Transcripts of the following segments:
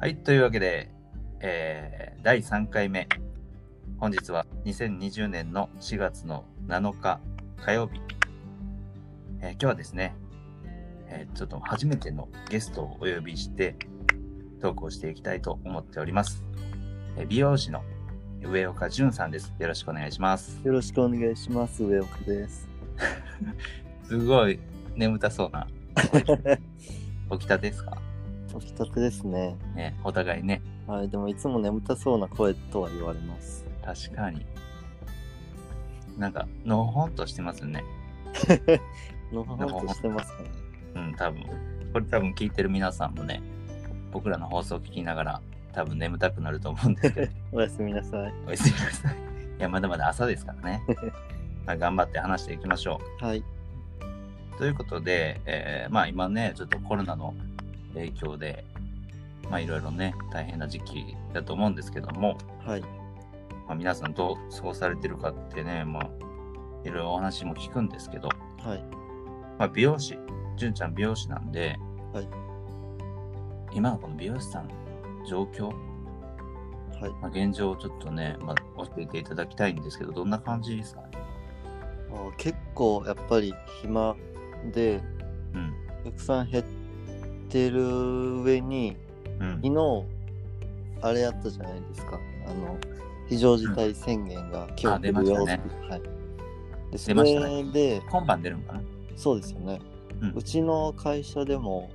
はい、というわけで、第3回目。本日は2020年の4月の7日火曜日。今日はですね、ちょっと初めてのゲストをお呼びしてトークをしていきたいと思っております。美容師の上岡淳さんです。よろしくお願いします。 よろしくお願いします。上岡です。 すごい眠たそうな起きたてですか？ 起きたてですね。 ね、お互いね。 はい、でもいつも眠たそうな声とは言われます。 確かに。なんかのほほんとしてますね。 のほほんとしてますかね。 うん、多分聞いてる皆さんもね、僕らの放送を聞きながら多分眠たくなると思うんですけど。 おやすみなさい。 おやすみなさい。いや、まだまだ朝ですからね。頑張って話していきましょう。はい。 ということで、今ね、ちょっとコロナの影響で、いろいろね、大変な時期だと思うんですけども、 はい。 皆さんどう過ごされてるかってね、いろいろお話も聞くんですけど、 はい。 美容師、純ちゃん美容師なんで、 はい。 今のこの美容師さんの状況、 はい。 現状をちょっとね、教えていただきたいんですけど、どんな感じですかね？ 結構やっぱり暇で、お客さん減ってる上に、昨日あれやったじゃないですか。非常事態宣言が今日出るよって、はい。で、それで、 今晩出るのかな？ そうですよね。うちの会社でも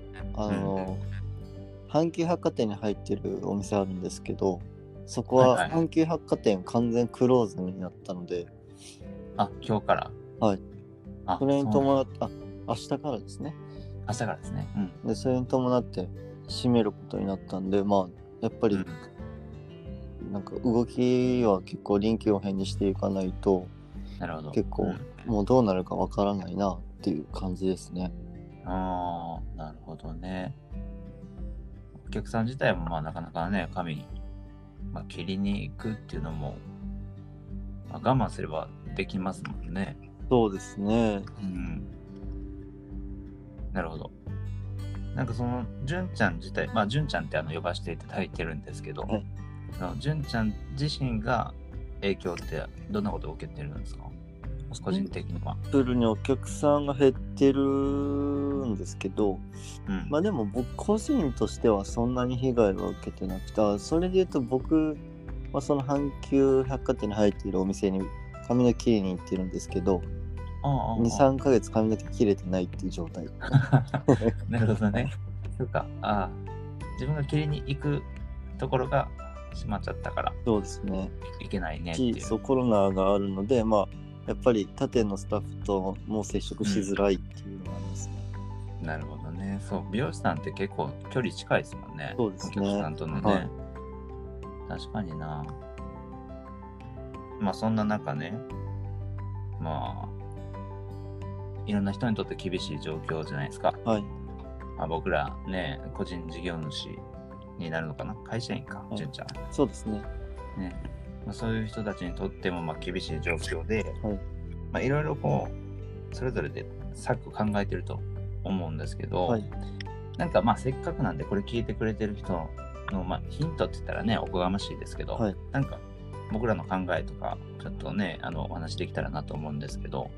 阪急百貨店に入ってるお店あるんですけど、そこは阪急百貨店完全クローズになったので、 今日から。 はい。それに伴って、明日からですね。 明日からですね。 で、それに伴って閉めることになったんで、やっぱり、なんか動きは結構臨機応変にしていかないと、 なるほど。 結構、もうどうなるかわからないなっていう感じですね。 なるほどね。お客さん自体もなかなかね、髪、切りに行くっていうのも、我慢すればできますもんね。 そうですね。 なるほど。なんかその純ちゃん自体、純ちゃんって呼ばせていただいてるんですけど、純ちゃん自身が影響ってどんなことを受けてるんですか？個人的には。 シンプルにお客さんが減ってるんですけど、でも僕個人としてはそんなに被害は受けてなくて、それで言うと僕はその阪急百貨店に入っているお店に髪の毛切りに行ってるんですけど、2、3ヶ月髪の毛切れてないっていう状態。 なるほどね。そうか。自分が切りに行くところが閉まっちゃったから。 そうですね。 いけないねっていう。 そう、コロナがあるので、やっぱり他店のスタッフとも接触しづらいっていうのがありますね。 なるほどね。そう、美容師さんって結構距離近いですもんね。 そうですね。 お客さんとのね。確かにな。そんな中ね、いろんな人にとって厳しい状況じゃないですか。僕らね、個人事業主になるのかな？会社員か、純ちゃん。 そうですね。 そういう人たちにとっても厳しい状況で、いろいろこうそれぞれで策考えてると思うんですけど、なんかせっかくなんでこれ聞いてくれてる人のヒントって言ったらねおこがましいですけど、なんか僕らの考えとかちょっとねお話できたらなと思うんですけど、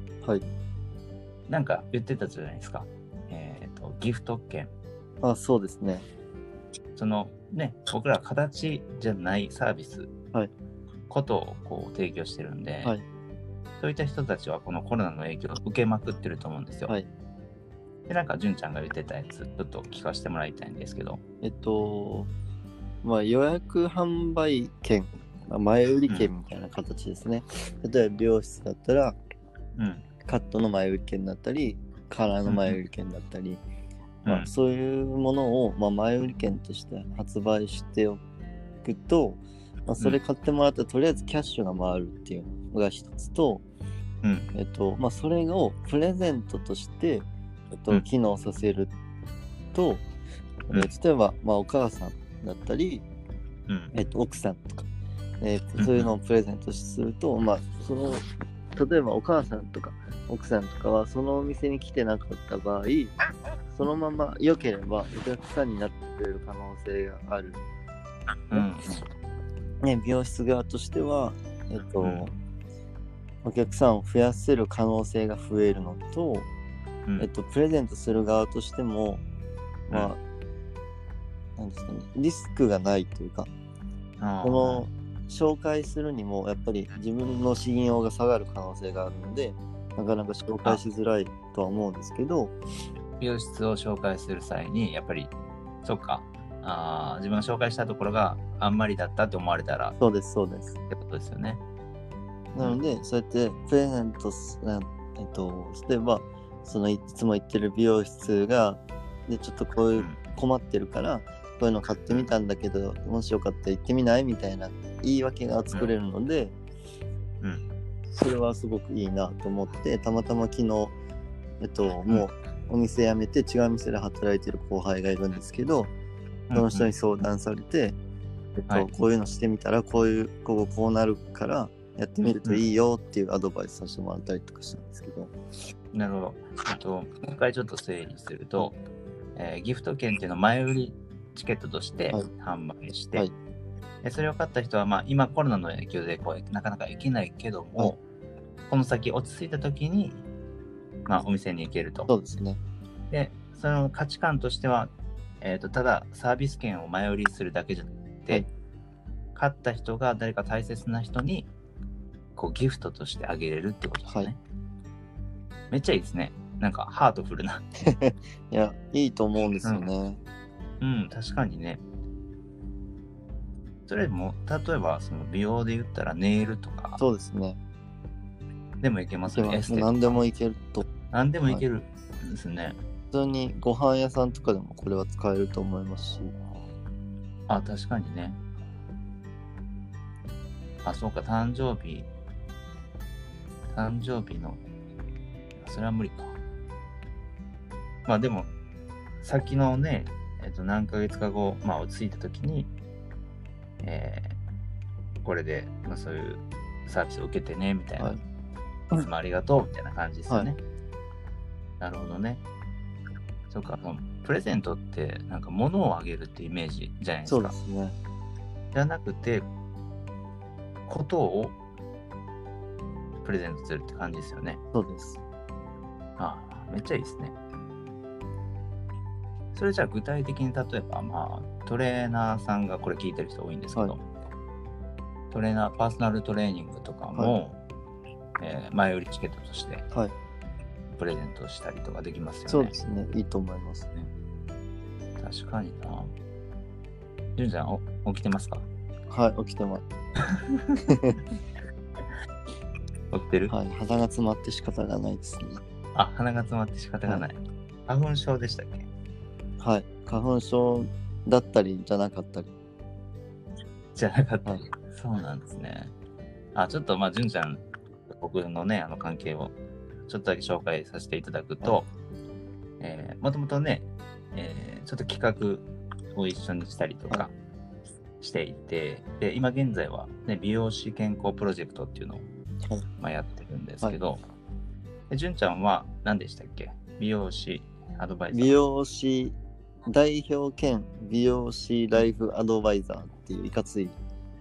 なんか言ってたじゃないですか。ギフト券。 そうですね。 そのね、僕ら形じゃないサービス、ことをこう提供してるんで、そういった人たちはこのコロナの影響を受けまくってると思うんですよ。で、なんか純ちゃんが言ってたやつ、ちょっと聞かせてもらいたいんですけど。 予約販売券、前売り券みたいな形ですね。例えば美容室だったら、カットの前売り券だったり、カラーの前売り券だったり、そういうものを、前売り券として発売しておくと、それ買ってもらったらとりあえずキャッシュが回るっていうのが一つと、それをプレゼントとして、機能させると、例えば、お母さんだったり、奥さんとか、そういうのをプレゼントすると、例えばお母さんとか奥さんとかはそのお店に来てなかった場合、 そのまま良ければお客さんになってくれる可能性がある。ね、美容室側としては、お客さんを増やせる可能性が増えるのと、プレゼントする側としても、なんですかね、リスクがないというか、この紹介するにもやっぱり自分の信用が下がる可能性があるので、なかなか紹介しづらいとは思うんですけど、 美容室を紹介する際にやっぱりそっか、自分が紹介したところがあんまりだったって思われたら、 そうですそうですってことですよね。 なので、そうやってプレゼント例えばそのいつも行ってる美容室がでちょっとこういう困ってるから、こういうの買ってみたんだけど、もしよかったら行ってみないみたいな言い訳が作れるので、それはすごくいいなと思って、たまたま昨日、もうお店辞めて違う店で働いてる後輩がいるんですけど、その人に相談されて、こういうのしてみたらこうなるからやってみるといいよっていうアドバイスさせてもらったりとかしたんですけど。 なるほど。今回ちょっと整理すると、ギフト券っていうのを前売りチケットとして販売して、それを買った人は、今コロナの影響でなかなか行けないけども、この先落ち着いた時に、お店に行けると。 そうですね。 で、その価値観としては、ただサービス券を前売りするだけじゃなくて、買った人が誰か大切な人にギフトとしてあげれるってことですね。めっちゃいいですね。なんかハートフルな。 いや、いいと思うんですよね。 確かにね。それも、例えばその美容で言ったらネイルとか。 そうですね。 でもいけますね。エステとか。 何でもいけると。 何でもいけるんですね。 普通にご飯屋さんとかでもこれは使えると思いますし。 確かにね。そうか、誕生日の、それは無理か。でも、先のね、何ヶ月か後、落ち着いた時に、これで、そういうサービスを受けてね、みたいな。いつもありがとう、みたいな感じですよね。なるほどね。そうか、プレゼントってなんか物をあげるってイメージじゃないですか。 そうですね。 じゃなくて、ことをプレゼントするって感じですよね。 そうです。 めっちゃいいですね。それじゃあ具体的に例えば、トレーナーさんがこれ聞いてる人多いんですけど、トレーナー、パーソナルトレーニングとかも、前売りチケットとしてプレゼントしたりとかできますよね。 そうですね。いいと思いますね。 確かにな。じゅんちゃん、起きてますか？ はい、起きてます。 起きてる？ 鼻が詰まって仕方がないですね。 鼻が詰まって仕方がない。花粉症でしたっけ？ はい、花粉症だったりじゃなかったり。 じゃなかったり。そうなんですね。ちょっとじゅんちゃん、僕のね、関係をちょっとだけ紹介させていただくと、もともとね、ちょっと企画を一緒にしたりとかしていて、で、今現在は、ね、美容師健康プロジェクトっていうのを、やってるんですけど、じゅんちゃんは何でしたっけ？美容師アドバイザー。 美容師代表兼美容師ライフアドバイザーっていういかつい。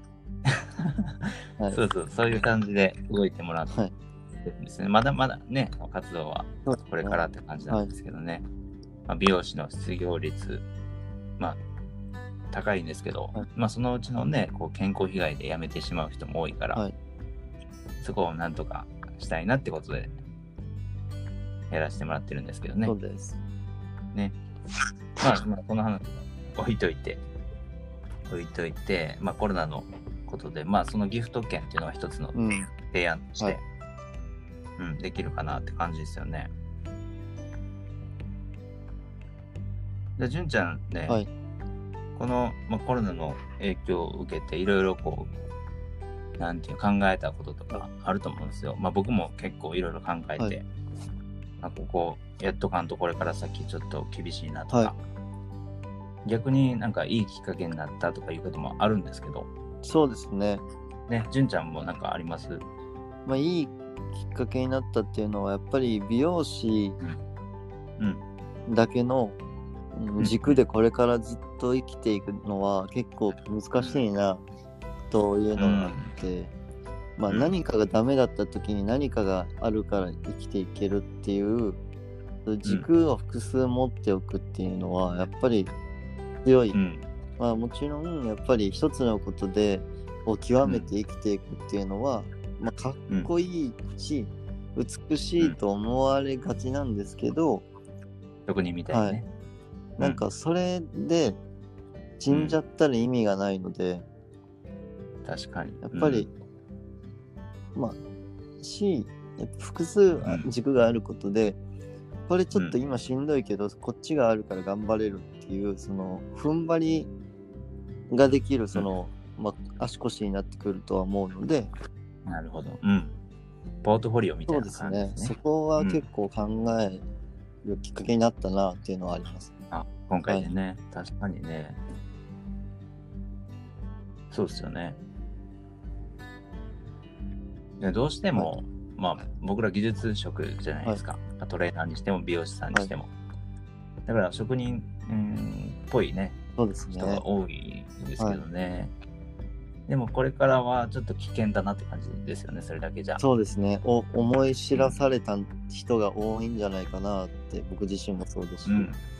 そういう感じで動いてもらってるんですね。まだまだね、活動はこれからって感じなんですけどね。美容師の失業率、高いんですけど、そのうちのね、健康被害で辞めてしまう人も多いから、そこをなんとかしたいなってことでやらせてもらってるんですけどね。 そうです。 ね。この話置いといて、コロナのことで、そのギフト券っていうのは一つの提案として、できるかなって感じですよね。で、じゅんちゃんね、この、コロナの影響を受けていろいろ考えたこととかあると思うんですよ。僕も結構いろいろ考えて、ここやっとかんとこれから先ちょっと厳しいなとか、逆になんかいいきっかけになったとかいうこともあるんですけど。 そうですね。 じゅんちゃんもなんかあります？ いいきっかけになったっていうのはやっぱり美容師だけの軸でこれからずっと生きていくのは結構難しいなというのがあって、まあ、何かがダメだった時に何かがあるから生きていけるっていう軸を複数持っておくっていうのはやっぱり強い、まあ、もちろんやっぱり一つのことでを極めて生きていくっていうのは、まあ、かっこいいし、美しいと思われがちなんですけど、 特にみたいね、 はい、なんかそれで死んじゃったら意味がないので、 確かにやっぱり、まあ複数軸があることで、これちょっと今しんどいけど、こっちがあるから頑張れるっていうその踏ん張りができるその、まあ、足腰になってくるとは思うので。 なるほど。ポートフォリオみたいな感じですね。 そうですね。そこは結構考えるきっかけになったなっていうのはあります。 今回でね、確かにね。そうですよね。どうしても、まあ僕ら技術職じゃないですか。トレーナーにしても美容師さんにしても。だから職人っぽいね、人が多いんですけどね。でもこれからはちょっと危険だなって感じですよね、それだけじゃ。 そうですね。思い知らされた人が多いんじゃないかなって、僕自身もそうですし。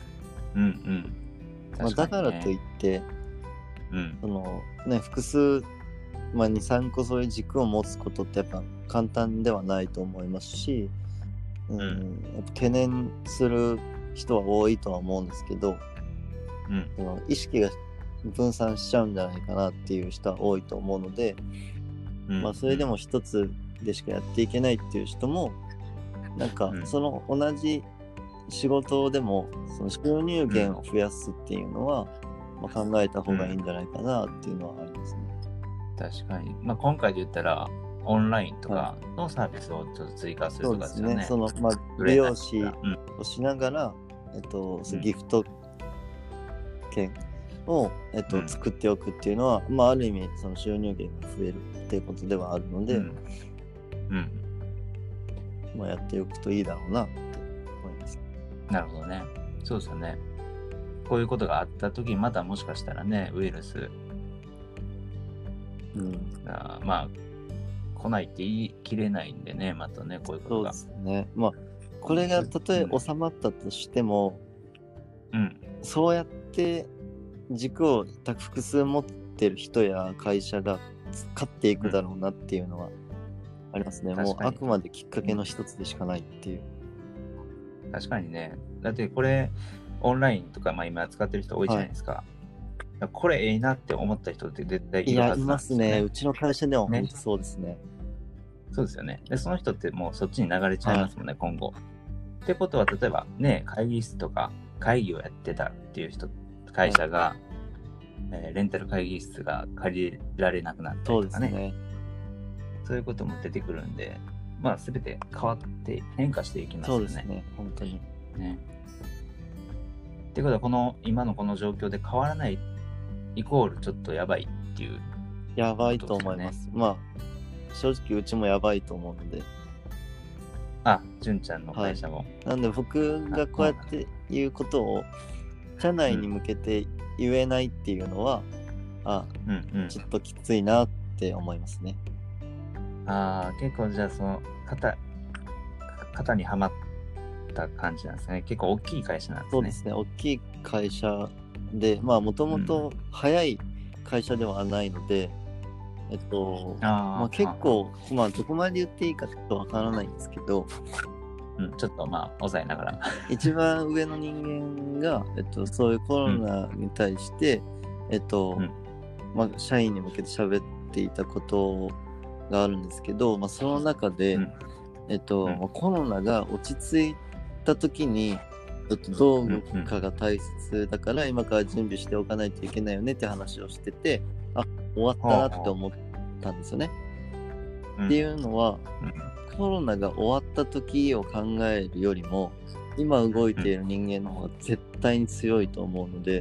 まあ、だからといって、そのね、複数、まあ、2、3個そういう軸を持つことってやっぱ簡単ではないと思いますし、やっぱ懸念する人は多いとは思うんですけど、その意識が分散しちゃうんじゃないかなっていう人は多いと思うので、まあそれでも一つでしかやっていけないっていう人もなんかその同じ仕事でもその収入源を増やすっていうのは、まあ、考えた方がいいんじゃないかなっていうのはありますね。 確かに、まあ、今回で言ったらオンラインとかのサービスをちょっと追加するとかですよね。 そうですね。その、まあ、美容師をしながら、ギフト券を、作っておくっていうのは、まあ、ある意味その収入源が増えるっていうことではあるので、まあ、やっておくといいだろうなって思います。 なるほどね。そうですよね。こういうことがあった時にまたもしかしたらね、ウイルスが、まあ来ないって言い切れないんでね、またね、こういうことが。 そうですね。まあこれがたとえ収まったとしても、そうやって軸を複数持ってる人や会社が勝っていくだろうなっていうのはありますね。もうあくまできっかけの一つでしかないっていう。 確かにね。だってこれオンラインとか、まあ、今使ってる人多いじゃないですか。これいいなって思った人って絶対いるはずなんですよね。 いや、いますね。うちの会社では本当そうですね。 そうですよね。で、その人ってもうそっちに流れちゃいますもんね、今後。ってことは、例えばね、会議室とか会議をやってたっていう人、会社が、レンタル会議室が借りられなくなったりとかね。そういうことも出てくるんで、まあ全て変わって変化していきますよね。 そうですね、本当に。 ね。ってことは、今のこの状況で変わらないイコールちょっとやばいっていう、ね。 やばいと思います。まあ、正直うちもやばいと思うので。 純ちゃんの会社も。 なんで僕がこうやって言うことを社内に向けて言えないっていうのは、ちょっときついなって思いますね。 結構じゃあその型にはまった感じなんですね。結構大きい会社なんですね。 そうですね、大きい会社で、まあもともと早い会社ではないので、まあ、結構、まあどこまで言っていいかちょっとわからないんですけど、 ちょっとまあ抑えながら一番上の人間が、そういうコロナに対して、まあ、社員に向けて喋っていたことがあるんですけど、まあ、その中で、コロナが落ち着いた時にどう動くかが大切だから、今から準備しておかないといけないよねって話をしてて、終わったなって思ったんですよね。っていうのは、コロナが終わった時を考えるよりも今動いている人間の方が絶対に強いと思うので、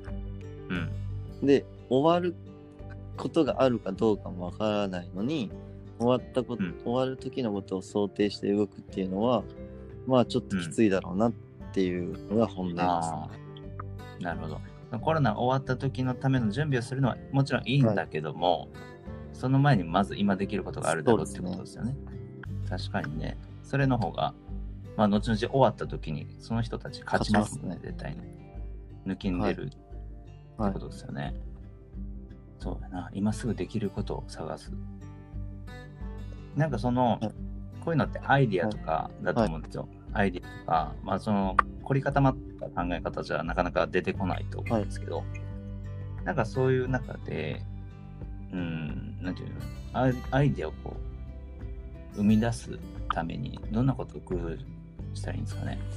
で終わることがあるかどうかもわからないのに終わる時のことを想定して動くっていうのはまあちょっときついだろうなっっていうのが本音です。 なるほど。コロナ終わった時のための準備をするのはもちろんいいんだけども、その前にまず今できることがあるだろうってことですよね。確かにね。それの方が、まあ、後々終わった時にその人たち勝ちますもんね、絶対に。抜きんでるってことですよね。そうだな。今すぐできることを探す。なんかその、こういうのってアイディアとかだと思うんですよ。アイディアとか、まあその凝り固まった考え方じゃなかなか出てこないと思うんですけど、なんかそういう中で、なんていうの、アイディアをこう生み出すためにどんなことを工夫したらいいんですかね。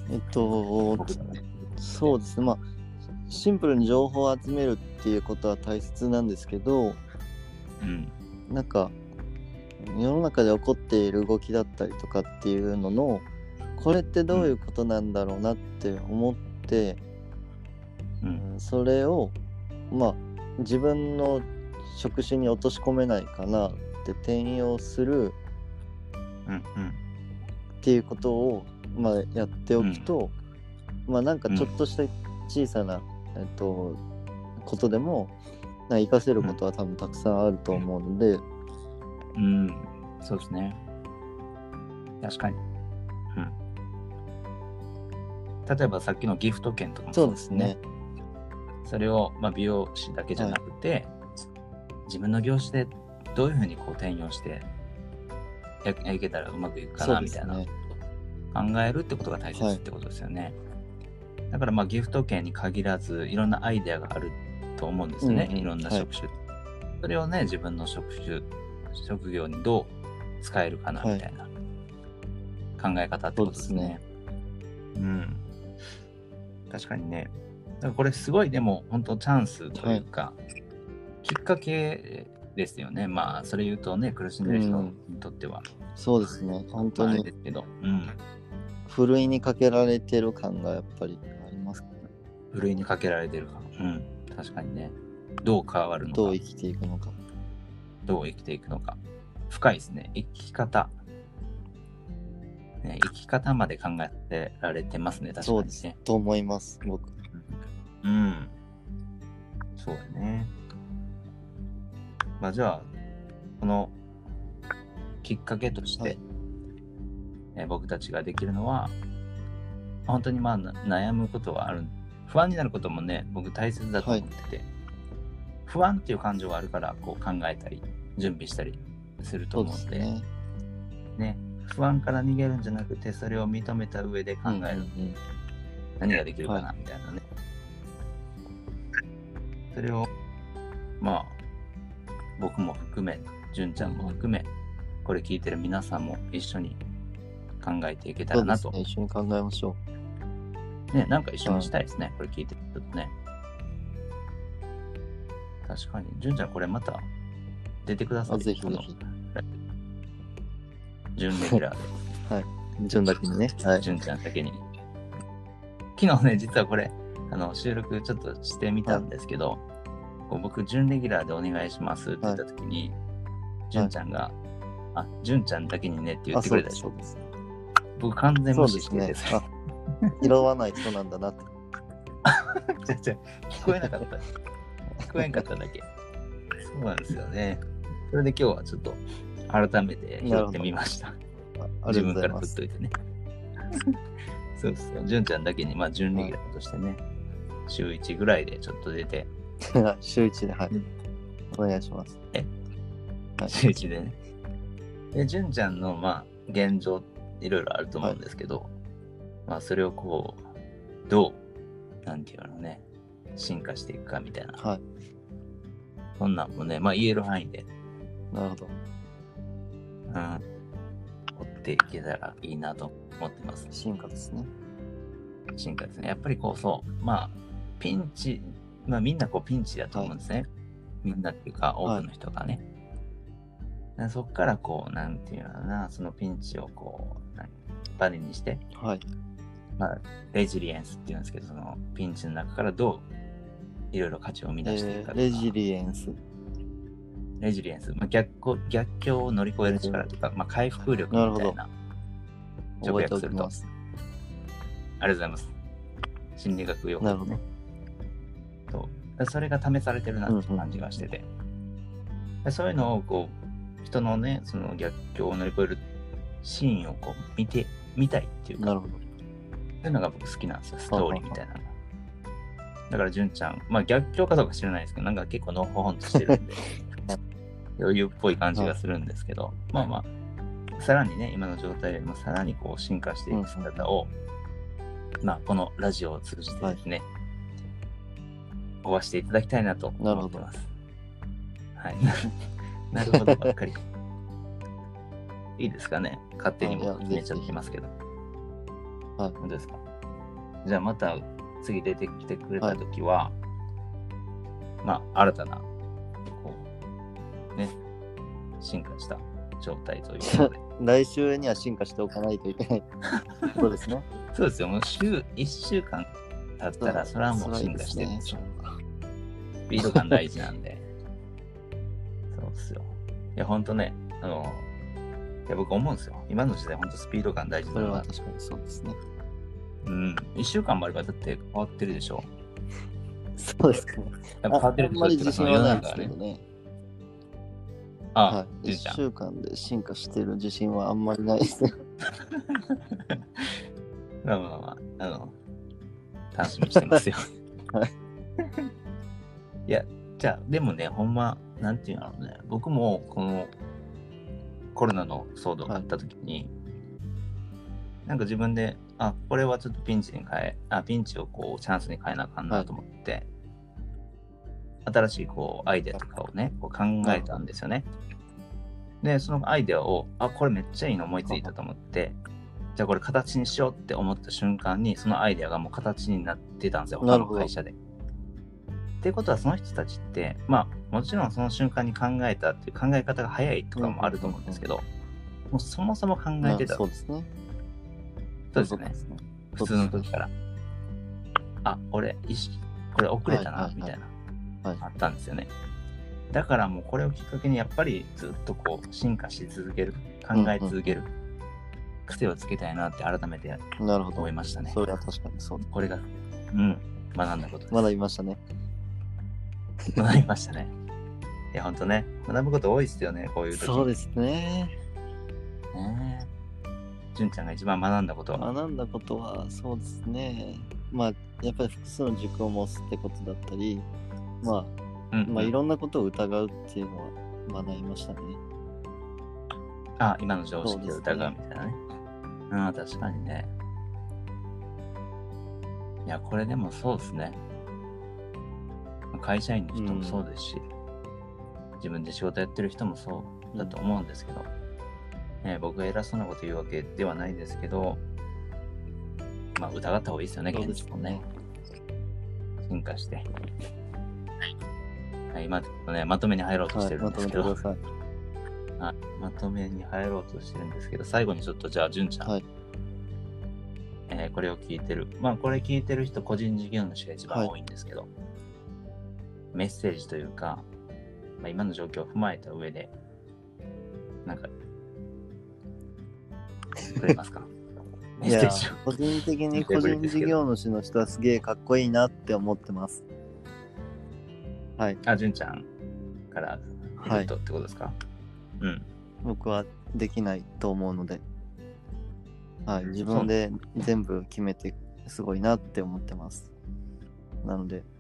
そうですね。まあシンプルに情報を集めるっていうことは大切なんですけど、なんか世の中で起こっている動きだったりとかっていうののこれってどういうことなんだろうなって思って、それをまあ自分の職種に落とし込めないかなって転用するっていうことをまあやっておくと、まあなんかちょっとした小さなことでも活かせることは多分たくさんあると思うので、 そうですね。確かに。例えばさっきのギフト券とかもそうですね。 それを、まあ、美容師だけじゃなくて、自分の業種でどういうふうにこう転用していけたらうまくいくかなみたいな、考えるってことが大切ってことですよね。だからまあギフト券に限らずいろんなアイデアがあると思うんですよね。いろんな職種、それをね自分の職業にどう使えるかなみたいな考え方ってことですね。確かにね。だからこれすごいでも本当チャンスというか、きっかけですよね。まあそれ言うとね苦しんでる人にとっては、 そうですね。本当にですけど、 ふるいにかけられてる感がやっぱりありますね。 ふるいにかけられてる感、確かにね。どう変わるのか、 どう生きていくのか、 深いですね。生き方、生き方まで考えてられてますね。確かにね。 そうですね。と思います僕。 そうだね。まあじゃあこのきっかけとして、僕たちができるのは本当にまあ悩むことはある、不安になることもね僕大切だと思ってて、不安っていう感情があるからこう考えたり準備したりすると思うんで、ね、不安から逃げるんじゃなくてそれを認めた上で考える、何ができるかなみたいなね、それをまあ僕も含め純ちゃんも含め、これ聞いてる皆さんも一緒に考えていけたらなと。 一緒に考えましょう。ね、なんか一緒にしたいですね。これ聞いてるとね。確かに。純ちゃんこれまた出てください。 ぜひぜひ。 純レギュラーで。はい。純だけにね。 純ちゃんだけに。昨日ね、実はこれ、収録ちょっとしてみたんですけど、僕、純レギュラーでお願いしますって言ったときに、純ちゃんが、純ちゃんだけにねって言ってくれたでしょ。僕、完全無視してて、 拾わない人なんだなって。 聞こえなかった。聞こえんかっただけ。そうなんですよね。それで今日はちょっと改めて拾ってみました。自分から振っといてね。そうそう。純ちゃんだけに、まあ、準レギュラーとしてね、週1ぐらいでちょっと出て。 週1で、はい。お願いします。 週1でね。で、純ちゃんの、まあ、現状、いろいろあると思うんですけど、まあ、それをこう、どう、なんていうのね、進化していくかみたいな。そんなんもね、まあ、言える範囲で。 なるほど。 追っていけたらいいなと思ってます。 進化ですね。 進化ですね。やっぱりこう、そう、まあ、ピンチ、まあ、みんなこうピンチだと思うんですね。みんなっていうか、多くの人がね。そっからこう、なんていうのかな、そのピンチをこう、バネにして、まあ、レジリエンスっていうんですけど、そのピンチの中からどういろいろ価値を生み出していくかとか。 レジリエンス。 まあ、逆境を乗り越える力とか、まあ、回復力みたいな。 直訳すると。 ありがとうございます。 心理学用語、 なるほど。 そうそれが試されてるなって感じがしてて、でそういうのをこう人のねその逆境を乗り越えるシーンをこう見たいっていうか、 なるほど。 そういうのが僕好きなんですよ、ストーリーみたいなの。だから純ちゃん、まあ逆境かどうか知らないですけど、なんか結構のほほんとしてるんで余裕っぽい感じがするんですけど、まあまあさらにね今の状態よりもさらにこう進化していく姿を、まあこのラジオを通じてですね、追わしていただきたいなと思ってます。はい。なるほどばっかり。いいですかね。勝手に僕決めちゃってますけど。はい。本当ですか。じゃあまた次出てきてくれたときは、まあ新たなこうね進化した状態ということで。 来週には進化しておかないといけないそうですね。 そうですよ。もう1週間経ったらそれはもう進化してるでしょ。スピード感大事なんで。そうですよ。いや本当ねいや僕思うんですよ。今の時代本当スピード感大事だな。 それは確かにそうですね。 うん。1週間もあればだって変わってるでしょ。 そうですかね。 変わってるでしょ。 あんまり自信はないんですけどね。 はい。 1週間で進化してる自信はあんまりないですね。 まあまあまあ、楽しみにしてますよ。 はい。 いや、じゃあ、でもね、ほんま、なんていうのね、僕もこのコロナの騒動があった時に、なんか自分で、これはちょっとピンチをこうチャンスに変えなあかんなと思って、新しいこうアイデアとかをね、こう考えたんですよね。で、そのアイデアを、これめっちゃいいの思いついたと思って、じゃあこれ形にしようって思った瞬間に、そのアイデアがもう形になってたんですよ、他の会社で。っていうことはその人たちって、まあもちろんその瞬間に考えたっていう考え方が早いとかもあると思うんですけど、もうそもそも考えてた。 そうですね。 そうですね。普通の時から。俺これ遅れたな、みたいな、あったんですよね。だからもうこれをきっかけにやっぱりずっとこう進化し続ける、考え続ける、癖をつけたいなって改めて思いましたね。 それは確かにそう。 これが、学んだことです。 学びましたね。 学びましたね。いや、ほんとね、学ぶこと多いですよね、こういう時。 そうですね。 純ちゃんが一番学んだことは？ 学んだことは、そうですね。まあ、やっぱり複数の軸を持つってことだったり、まあ、いろんなことを疑うっていうのは学びましたね。 今の常識を疑うみたいなね。確かにね。いや、これでもそうですね。会社員の人もそうですし、自分で仕事やってる人もそうだと思うんですけど、僕が偉そうなこと言うわけではないですけど、まあ疑った方がいいですよね、現実もね。進化して。はい、今ちょっとね、まとめに入ろうとしてるんですけど、まとめに入ろうとしてるんですけど、最後にちょっとじゃあ、純ちゃん、これを聞いてる、これ聞いてる人、個人事業主が一番多いんですけど、メッセージというか、今の状況を踏まえた上で、なんか、くれますか？メッセージを。 個人的に個人事業主の人はすげえかっこいいなって思ってます。はい。 純ちゃんから言うとってことですか？ 僕はできないと思うので、自分で全部決めてすごいなって思ってます。なので、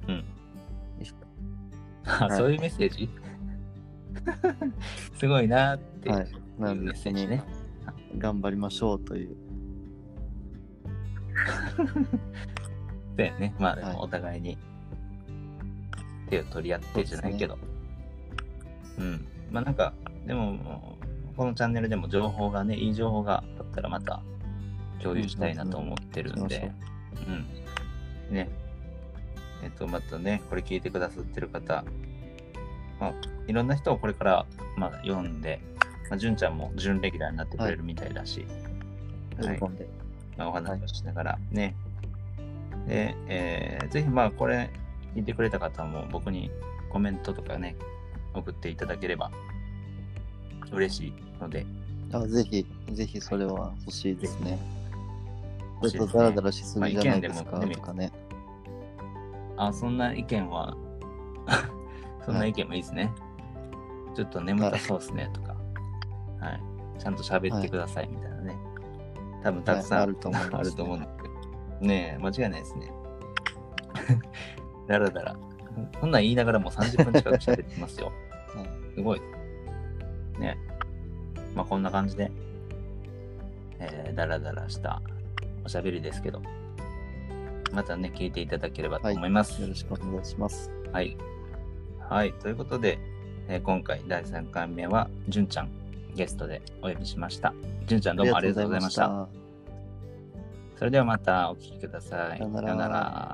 そういうメッセージすごいなっていうメッセージね。頑張りましょうという。 だよね。まあでもお互いに手を取り合ってじゃないけど。なんか、でも、このチャンネルでも情報がね、いい情報があったらまた共有したいなと思ってるんで、ね。またね、これ聞いてくださってる方、いろんな人をこれから、読んで、純ちゃんも準レギュラーになってくれるみたいだし、お話をしながらね。で、ぜひこれ聞いてくれた方も僕にコメントとかね、送っていただければ嬉しいので。 ぜひそれは欲しいですね。ちょっとダラダラしすぎじゃないですかとかね。 そんな意見は、そんな意見もいいですね。ちょっと眠たそうですね、とか。はい。ちゃんと喋ってください、みたいなね。多分たくさん、 あると思います、 あると思うんですけど。ねえ、間違いないですね。だらだら。そんなん言いながらもう30分近く喋ってますよ。すごい。ね。まあこんな感じで、だらだらしたおしゃべりですけど、またね、聞いていただければと思います。 よろしくお願いします。 はい。はい。ということで、今回第3回目は、純ちゃんゲストでお呼びしました。純ちゃんどうもありがとうございました。それではまたお聞きください。 さよなら。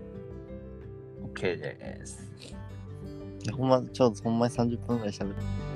OK です。 ほんまに30分ぐらい喋って。